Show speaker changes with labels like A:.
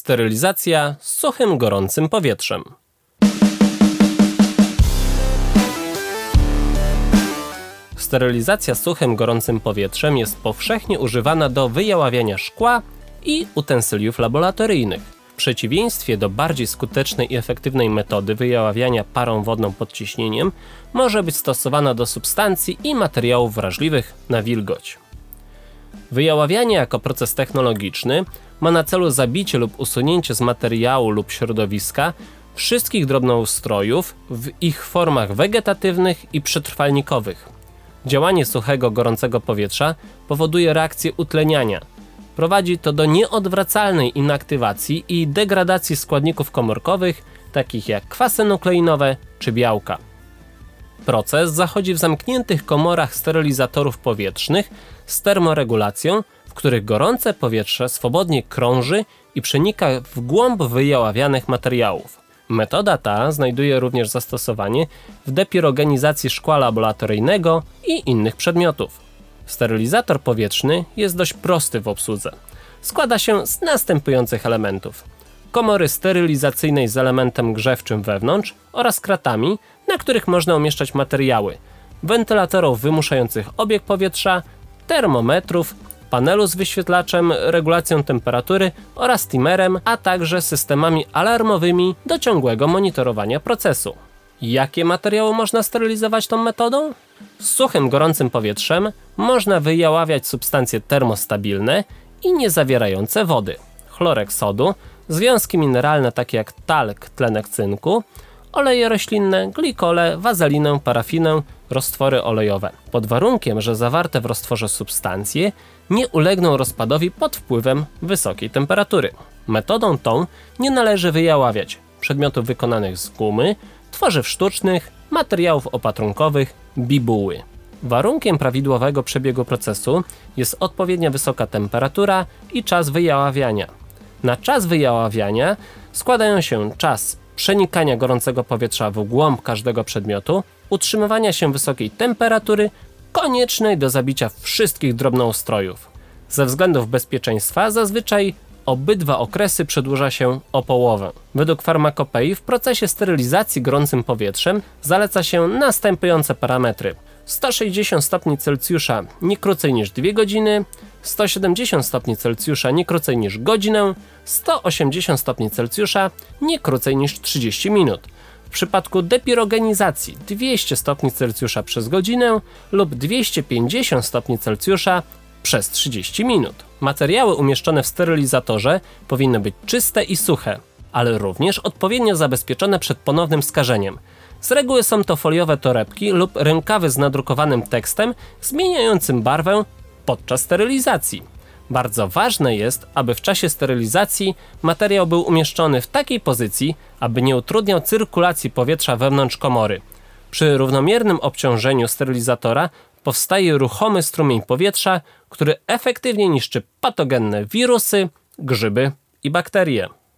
A: Sterylizacja z suchym, gorącym powietrzem. Sterylizacja suchym, gorącym powietrzem jest powszechnie używana do wyjaławiania szkła i utensyliów laboratoryjnych. W przeciwieństwie do bardziej skutecznej i efektywnej metody wyjaławiania parą wodną pod ciśnieniem, może być stosowana do substancji i materiałów wrażliwych na wilgoć. Wyjaławianie jako proces technologiczny ma na celu zabicie lub usunięcie z materiału lub środowiska wszystkich drobnoustrojów w ich formach wegetatywnych i przetrwalnikowych. Działanie suchego, gorącego powietrza powoduje reakcję utleniania. Prowadzi to do nieodwracalnej inaktywacji i degradacji składników komórkowych, takich jak kwasy nukleinowe czy białka. Proces zachodzi w zamkniętych komorach sterylizatorów powietrznych z termoregulacją, w których gorące powietrze swobodnie krąży i przenika w głąb wyjaławianych materiałów. Metoda ta znajduje również zastosowanie w depirogenizacji szkła laboratoryjnego i innych przedmiotów. Sterylizator powietrzny jest dość prosty w obsłudze. Składa się z następujących elementów: komory sterylizacyjnej z elementem grzewczym wewnątrz oraz kratami, na których można umieszczać materiały, wentylatorów wymuszających obieg powietrza, termometrów, panelu z wyświetlaczem, regulacją temperatury oraz timerem, a także systemami alarmowymi do ciągłego monitorowania procesu. Jakie materiały można sterylizować tą metodą? Z suchym, gorącym powietrzem można wyjaławiać substancje termostabilne i niezawierające wody, chlorek sodu, związki mineralne takie jak talk, tlenek cynku, oleje roślinne, glikole, wazelinę, parafinę, roztwory olejowe, pod warunkiem, że zawarte w roztworze substancje nie ulegną rozpadowi pod wpływem wysokiej temperatury. Metodą tą nie należy wyjaławiać przedmiotów wykonanych z gumy, tworzyw sztucznych, materiałów opatrunkowych, bibuły. Warunkiem prawidłowego przebiegu procesu jest odpowiednio wysoka temperatura i czas wyjaławiania. Na czas wyjaławiania składają się czas przenikania gorącego powietrza w głąb każdego przedmiotu, utrzymywania się wysokiej temperatury koniecznej do zabicia wszystkich drobnoustrojów. Ze względów bezpieczeństwa zazwyczaj obydwa okresy przedłuża się o połowę. Według farmakopei w procesie sterylizacji gorącym powietrzem zaleca się następujące parametry: 160 stopni Celsjusza nie krócej niż 2 godziny, 170 stopni Celsjusza nie krócej niż godzinę, 180 stopni Celsjusza nie krócej niż 30 minut. W przypadku depirogenizacji 200 stopni Celsjusza przez godzinę lub 250 stopni Celsjusza przez 30 minut. Materiały umieszczone w sterylizatorze powinny być czyste i suche, ale również odpowiednio zabezpieczone przed ponownym skażeniem. Z reguły są to foliowe torebki lub rękawy z nadrukowanym tekstem zmieniającym barwę podczas sterylizacji. Bardzo ważne jest, aby w czasie sterylizacji materiał był umieszczony w takiej pozycji, aby nie utrudniał cyrkulacji powietrza wewnątrz komory. Przy równomiernym obciążeniu sterylizatora powstaje ruchomy strumień powietrza, który efektywnie niszczy patogenne wirusy, grzyby i bakterie.